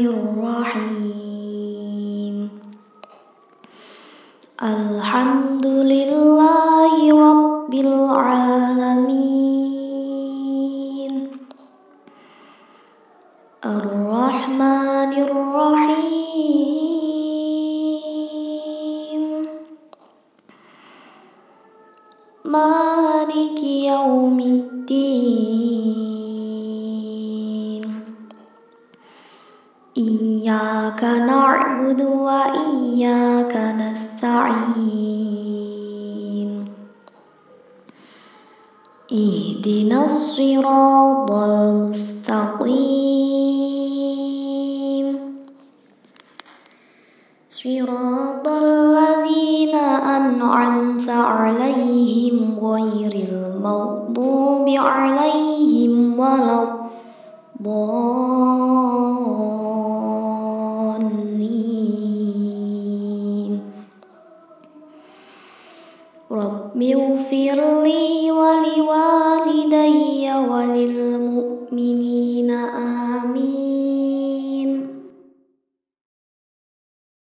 الرحيم الحمد لله رب العالمين الرحمن الرحيم مالك يوم الدين إياك نعبد وإياك نستعين اهدنا الصراط المستقيم صراط الذين أنعمت عليهم غير المغضوب عليهم ولا الضالين رب اغفر لي ولوالدي وللمؤمنين